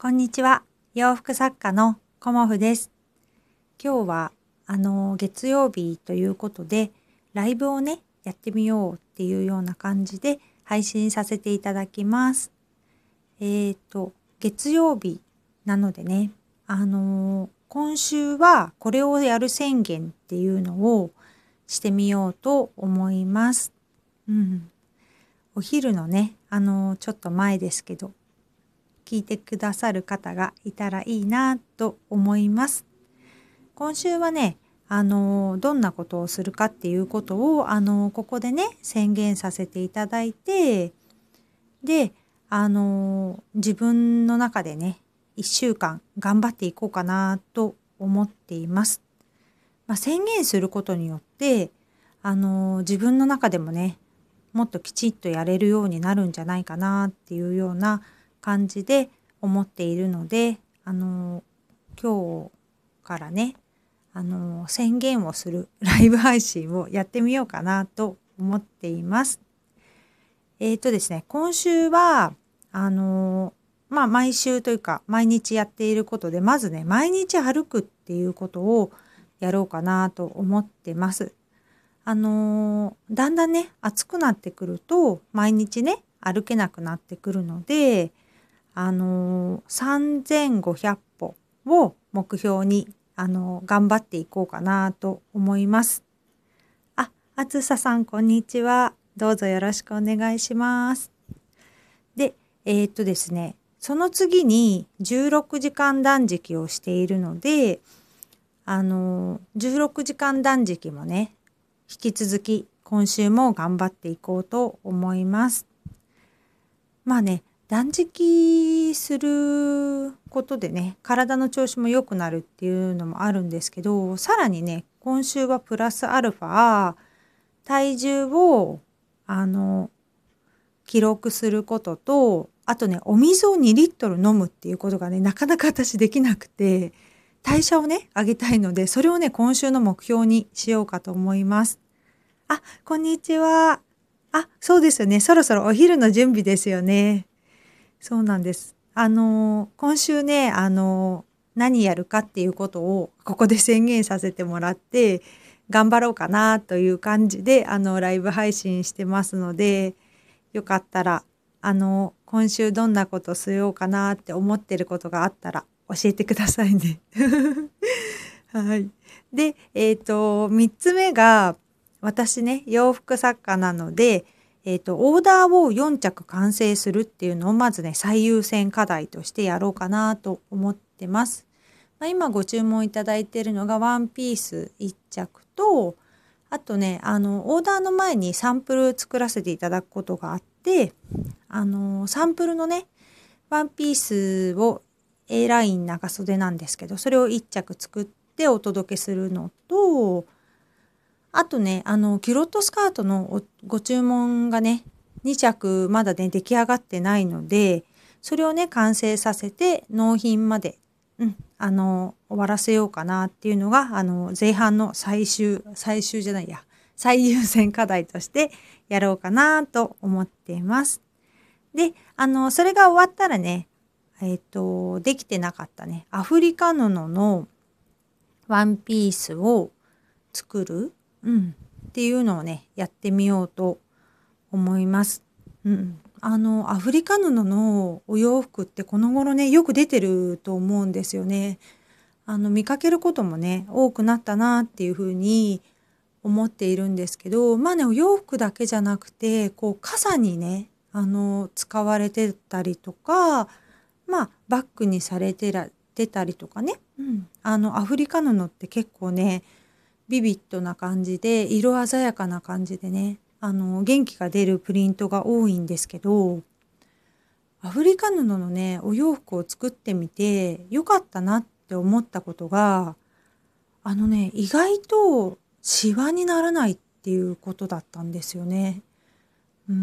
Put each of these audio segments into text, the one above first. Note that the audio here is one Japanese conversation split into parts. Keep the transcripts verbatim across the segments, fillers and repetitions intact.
こんにちは。洋服作家のコモフです。今日はあの月曜日ということでライブをねやってみようっていうような感じで配信させていただきます。えーと月曜日なのでね、あの今週はこれをやる宣言っていうのをしてみようと思います。うん、お昼のね、あのちょっと前ですけど。聞いてくださる方がいたらいいなと思います。今週はね、あのどんなことをするかっていうことをあのここでね宣言させていただいて、で、あの自分の中でねいっしゅうかん頑張っていこうかなと思っています。まあ、宣言することによってあの自分の中でもねもっときちっとやれるようになるんじゃないかなっていうような感じで思っているので、あの今日からねあの宣言をするライブ配信をやってみようかなと思っています。えっとですね、今週はあのまあ毎週というか毎日やっていることで、まずね毎日歩くっていうことをやろうかなと思ってます。あのーだんだんね暑くなってくると毎日ね歩けなくなってくるので、あのーさんぜんごひゃっぽを目標に、あのー頑張っていこうかなと思います。あ、あつささんこんにちは。どうぞよろしくお願いします。で、えーっとですね、その次にじゅうろくじかん断食をしているので、あのーじゅうろくじかん断食もね引き続き今週も頑張っていこうと思います。まあね、断食することでね、体の調子も良くなるっていうのもあるんですけど、さらにね、今週はプラスアルファ、体重を、あの、記録することと、あとね、お水をにリットル飲むっていうことがね、なかなか私できなくて、代謝をね、上げたいので、それをね、今週の目標にしようかと思います。あ、こんにちは。あ、そうですよね。そろそろお昼の準備ですよね。そうなんです。あの、今週ね、あの、何やるかっていうことをここで宣言させてもらって、頑張ろうかなという感じで、あの、ライブ配信してますので、よかったら、あの、今週どんなことしようかなって思ってることがあったら教えてくださいね。はい。で、えっと、みっつめが、私ね、洋服作家なので、えっと、オーダーをよんちゃく完成するっていうのをまずね、最優先課題としてやろうかなと思ってます。まあ、今ご注文いただいているのがワンピースいっちゃくと、あとね、あの、オーダーの前にサンプル作らせていただくことがあって、あの、サンプルのね、ワンピースを A ライン長袖なんですけど、それをいっちゃく作ってお届けするのと、あとね、あの、キュロットスカートのご注文がね、にちゃくまだね、出来上がってないので、それをね、完成させて納品まで、うん、あの、終わらせようかなっていうのが、あの、前半の最終、最終じゃないや、最優先課題としてやろうかなと思っています。で、あの、それが終わったらね、えっと、できてなかったね、アフリカ布のワンピースを作る、うん、っていうのをね、やってみようと思います。うん。あの、アフリカ布のお洋服ってこの頃ね、よく出てると思うんですよね。あの、見かけることもね、多くなったなっていうふうに思っているんですけど、まあね、お洋服だけじゃなくて、こう、傘にね、あの、使われてたりとか、まあ、バッグにされてら、てたりとかね。うん。あの、アフリカ布って結構ね、ビビッドな感じで、色鮮やかな感じでね、あの、元気が出るプリントが多いんですけど、アフリカ布のね、お洋服を作ってみて、良かったなって思ったことが、あのね、意外とシワにならないっていうことだったんですよね。うん、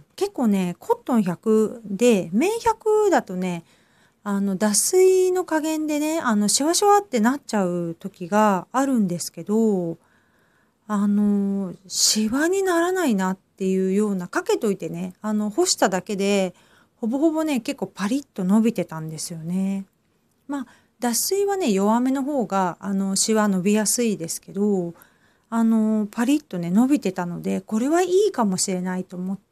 結構ね、コットンひゃくで、綿ひゃくだとね、あの、脱水の加減でね、あの、シワシワってなっちゃう時があるんですけど、あの、シワにならないなっていうような、かけといてね、あの、干しただけで、 ほぼほぼね、結構パリッと伸びてたんですよね。まあ、脱水はね、弱めの方が、あの、シワ伸びやすいですけど、あの、パリッとね、伸びてたので、これはいいかもしれないと思って、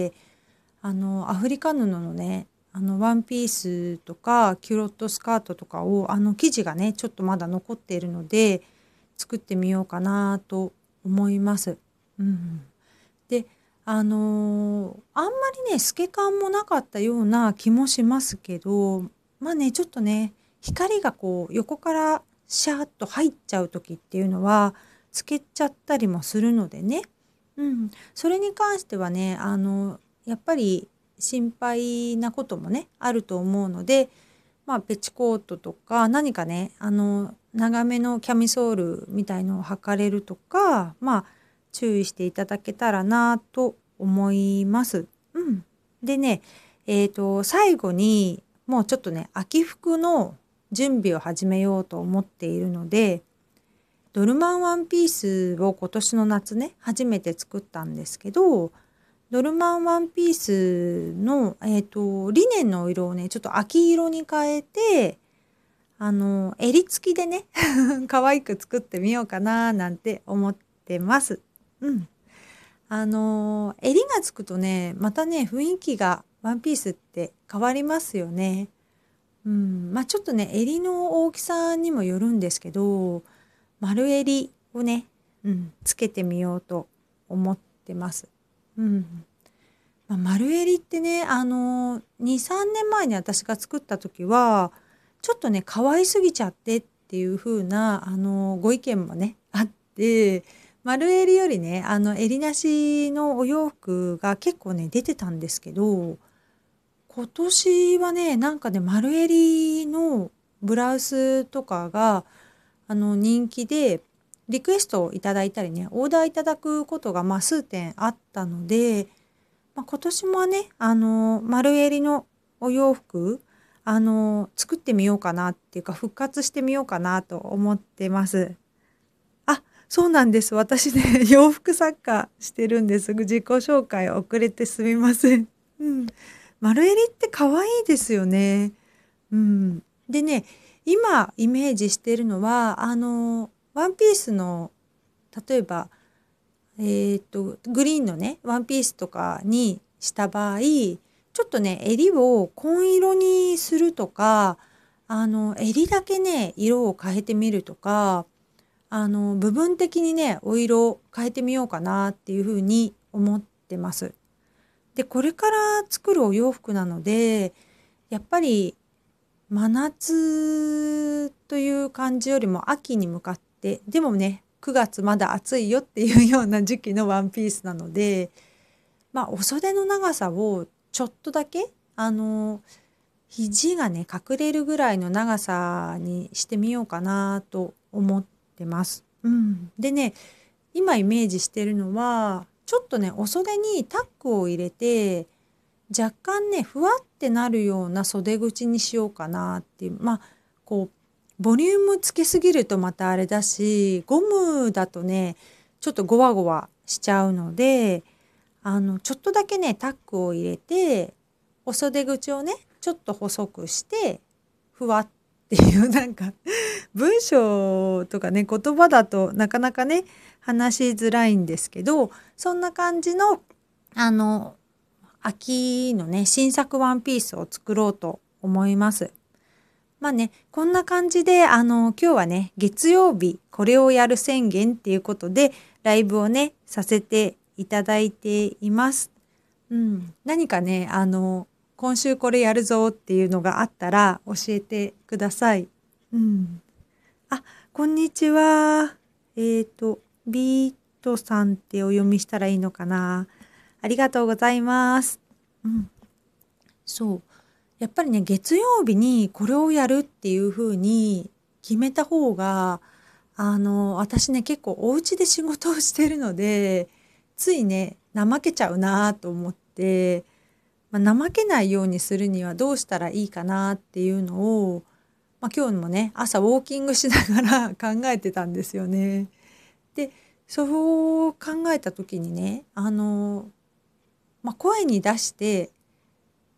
あの、アフリカ布のね、あの、ワンピースとか、キュロットスカートとかを、あの、生地がね、ちょっとまだ残っているので、作ってみようかなと思います。うん。で、あの、あんまりね、透け感もなかったような気もしますけど、まあね、ちょっとね、光がこう横からシャーッと入っちゃう時っていうのは、透けちゃったりもするのでね。うん。それに関してはね、あの、やっぱり心配なこともね、あると思うので、まあ、ペチコートとか、何かね、あの、長めのキャミソールみたいのを履かれるとか、まあ、注意していただけたらなと思います。うん。でね、えっと、最後に、もうちょっとね、秋服の準備を始めようと思っているので、ドルマンワンピースを今年の夏ね、初めて作ったんですけど、ドルマンワンピースの、えっと、リネンの色をね、ちょっと秋色に変えて、あの、襟付きでね、可愛く作ってみようかななんて思ってます。うん。あの、襟がつくとね、またね、雰囲気がワンピースって変わりますよね。うん。まあちょっとね、襟の大きさにもよるんですけど、丸襟をね、うん、つけてみようと思ってます。うん。まあ、丸襟ってね、あの、に、さんねんまえに私が作った時は、ちょっとね、可愛すぎちゃってっていう風な、あの、ご意見もね、あって、丸襟よりね、あの、襟なしのお洋服が結構ね、出てたんですけど、今年はね、なんかね、丸襟のブラウスとかが、あの、人気で、リクエストをいただいたりね、オーダーいただくことが、まあ、数点あったので、まあ、今年もね、あの、丸襟のお洋服、あの、作ってみようかなっていうか、復活してみようかなと思ってます。あ、そうなんです。私ね、洋服作家してるんです。自己紹介遅れてすみません。うん。丸襟って可愛いですよね。うん。でね、今イメージしてるのは、あの、ワンピースの、例えば、えっと、グリーンのね、ワンピースとかにした場合、ちょっとね、襟を紺色にするとか、あの、襟だけね、色を変えてみるとか、あの、部分的にね、お色を変えてみようかなっていうふうに思ってます。で、これから作るお洋服なので、やっぱり真夏という感じよりも秋に向かって、でもね、くがつまだ暑いよっていうような時期のワンピースなので、まあ、お袖の長さをちょっとだけ、あの、肘がね、隠れるぐらいの長さにしてみようかなと思ってます。うん。でね、今イメージしてるのは、ちょっとね、お袖にタックを入れて、若干ね、ふわってなるような袖口にしようかなっていう。まあ、こう、ボリュームつけすぎるとまたあれだし、ゴムだとね、ちょっとゴワゴワしちゃうので、あの、ちょっとだけね、タックを入れて、お袖口をね、ちょっと細くして、ふわっていう、なんか、文章とかね、言葉だとなかなかね、話しづらいんですけど、そんな感じの、あの、秋のね、新作ワンピースを作ろうと思います。まあね、こんな感じで、あの、今日はね、月曜日、これをやる宣言っていうことで、ライブをね、させていただいています。うん。何かね、あの、今週これやるぞっていうのがあったら教えてください。うん。あ、こんにちは。えっと、ビートさんってお読みしたらいいのかな。ありがとうございます。うん。そう。やっぱりね、月曜日にこれをやるっていう風に決めた方が、あの、私ね、結構お家で仕事をしてるので、ついね、怠けちゃうなと思って、まあ、怠けないようにするにはどうしたらいいかなっていうのを、まあ、今日もね、朝ウォーキングしながら考えてたんですよね。で、そう考えた時にね、あの、まあ、声に出して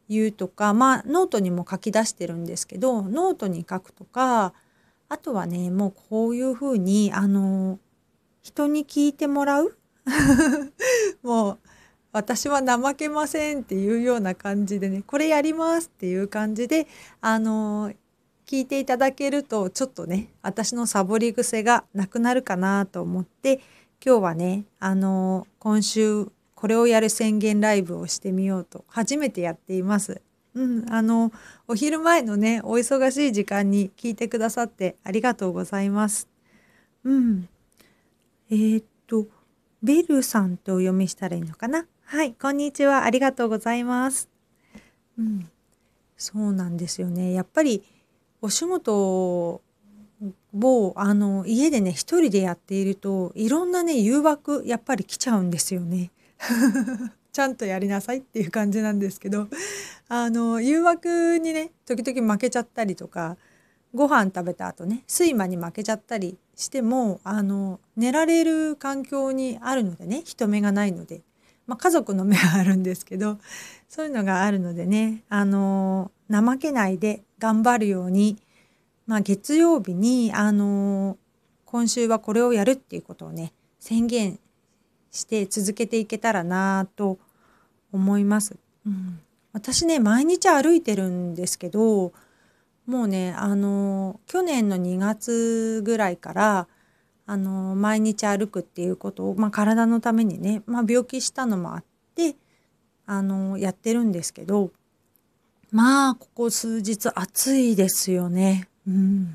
言うとか、まあノートにも書き出してるんですけど、ノートに書くとか、あとはね、もうこういうふうに、あの、人に聞いてもらうもう、私は怠けませんっていうような感じでね、これやりますっていう感じで、あの、聞いていただけると、ちょっとね、私のサボり癖がなくなるかなと思って、今日はね、あの、今週、これをやる宣言ライブをしてみようと、初めてやっています。うん、あの、お昼前のね、お忙しい時間に聞いてくださってありがとうございます。うん。えーっと、ベルさんってお読みしたらいいのかな。はい、こんにちは。ありがとうございます。うん、そうなんですよね。やっぱりお仕事をあの家でね一人でやっているといろんなね誘惑やっぱり来ちゃうんですよね。ちゃんとやりなさいっていう感じなんですけど、あの誘惑にね時々負けちゃったりとか、ご飯食べた後ね睡魔に負けちゃったりしても、あの寝られる環境にあるのでね、人目がないので、まあ、家族の目はあるんですけど、そういうのがあるのでね、あの怠けないで頑張るように、まあ、月曜日にあの今週はこれをやるっていうことをね宣言して続けていけたらなと思います。うん、私ね毎日歩いてるんですけど、もうねあの去年のにがつぐらいからあの毎日歩くっていうことを、まあ、体のためにね、まあ、病気したのもあってあのやってるんですけど、まあここ数日暑いですよね。うん、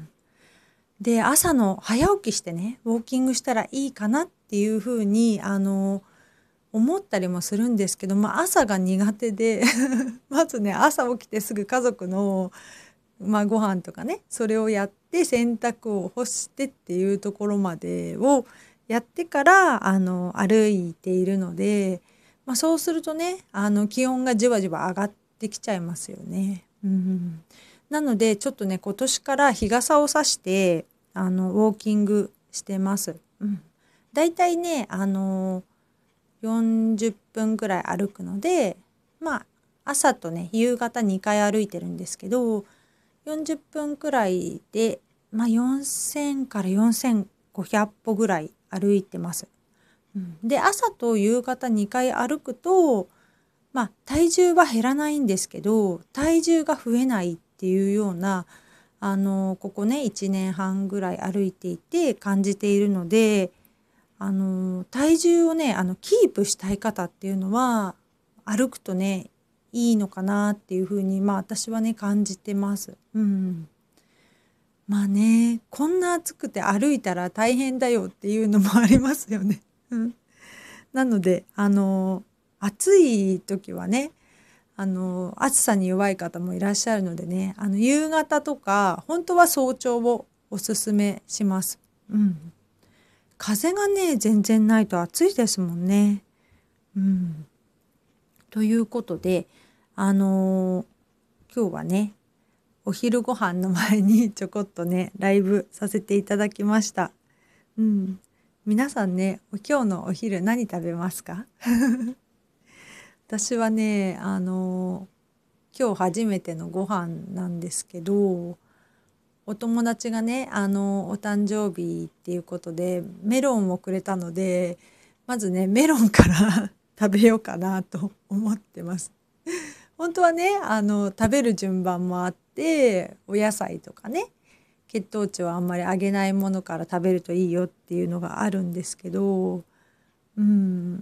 で朝の早起きしてねウォーキングしたらいいかなっていうふうにあの思ったりもするんですけど、まあ、朝が苦手でまずね朝起きてすぐ家族の、まあ、ご飯とかねそれをやって洗濯を干してっていうところまでをやってからあの歩いているので、まあ、そうするとねあの気温がじわじわ上がってきちゃいますよね。うん、なのでちょっとね今年から日傘を差してあのウォーキングしてます。うん、だいたいねあのよんじゅっぷんぐらい歩くので、まあ朝とね夕方にかい歩いてるんですけど、よんじゅっぷんくらいで、まあ、よんせんからよんせんごひゃく歩ぐらい歩いてます。うん、で朝と夕方にかい歩くと、まあ、体重は減らないんですけど体重が増えないっていうような、あのここねいちねんはんぐらい歩いていて感じているので、あの体重をねあのキープしたい方っていうのは歩くとねいいのかなっていうふうに、まあ私はね感じてます。うん、まあねこんな暑くて歩いたら大変だよっていうのもありますよね。うん、なのであの暑い時はねあの暑さに弱い方もいらっしゃるのでね、あの夕方とか本当は早朝をおすすめします。うん、風がね全然ないと暑いですもんね。うん、ということであのー今日はねお昼ご飯の前にちょこっとねライブさせていただきました。うん、皆さんね今日のお昼何食べますか？私はねあのー今日初めてのご飯なんですけど、お友達がねあのお誕生日っていうことでメロンをくれたので、まずねメロンから食べようかなと思ってます。本当はねあの食べる順番もあって、お野菜とかね血糖値をあんまり上げないものから食べるといいよっていうのがあるんですけど、うん、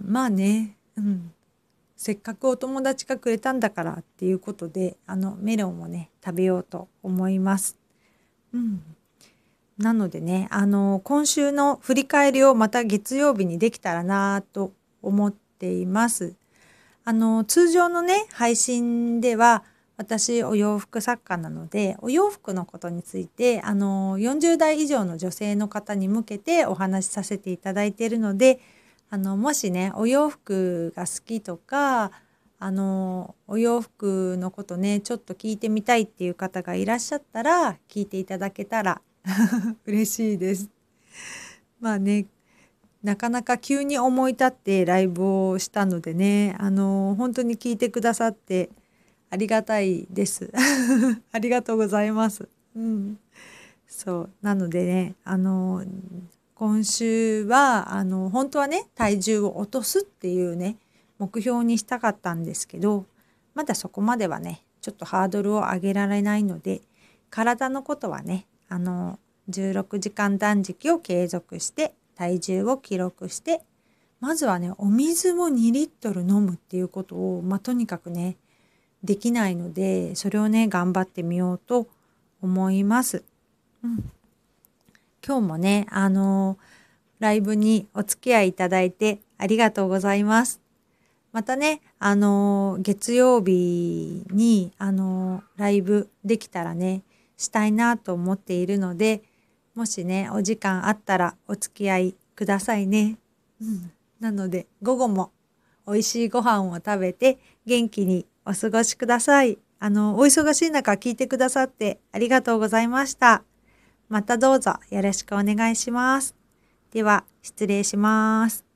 まあね、うん、せっかくお友達がくれたんだからっていうことであのメロンをね食べようと思います。うん、なのでねあの今週の振り返りをまた月曜日にできたらなと思っています。あの通常のね配信では私お洋服作家なのでお洋服のことについてあのよんじゅう代以上の女性の方に向けてお話しさせていただいているので、あのもしねお洋服が好きとかあのお洋服のことねちょっと聞いてみたいっていう方がいらっしゃったら聞いていただけたら嬉しいです。まあねなかなか急に思い立ってライブをしたのでね、あの本当に聞いてくださってありがたいです。ありがとうございます。うん。そう。なのでね、あの、今週は、あの、本当はね、体重を落とすっていうね、目標にしたかったんですけど、まだそこまではね、ちょっとハードルを上げられないので、体のことはね、あの、じゅうろくじかん断食を継続して、体重を記録して、まずはね、お水もにリットル飲むっていうことを、まあ、とにかくね、できないので、それをね、頑張ってみようと思います。うん。今日もね、あのライブにお付き合いいただいてありがとうございます。またね、あの月曜日に、あのライブできたらね、したいなと思っているので、もしね、お時間あったらお付き合いくださいね。うん。なので、午後も美味しいご飯を食べて元気にお過ごしください。あの、お忙しい中聞いてくださってありがとうございました。またどうぞよろしくお願いします。では、失礼します。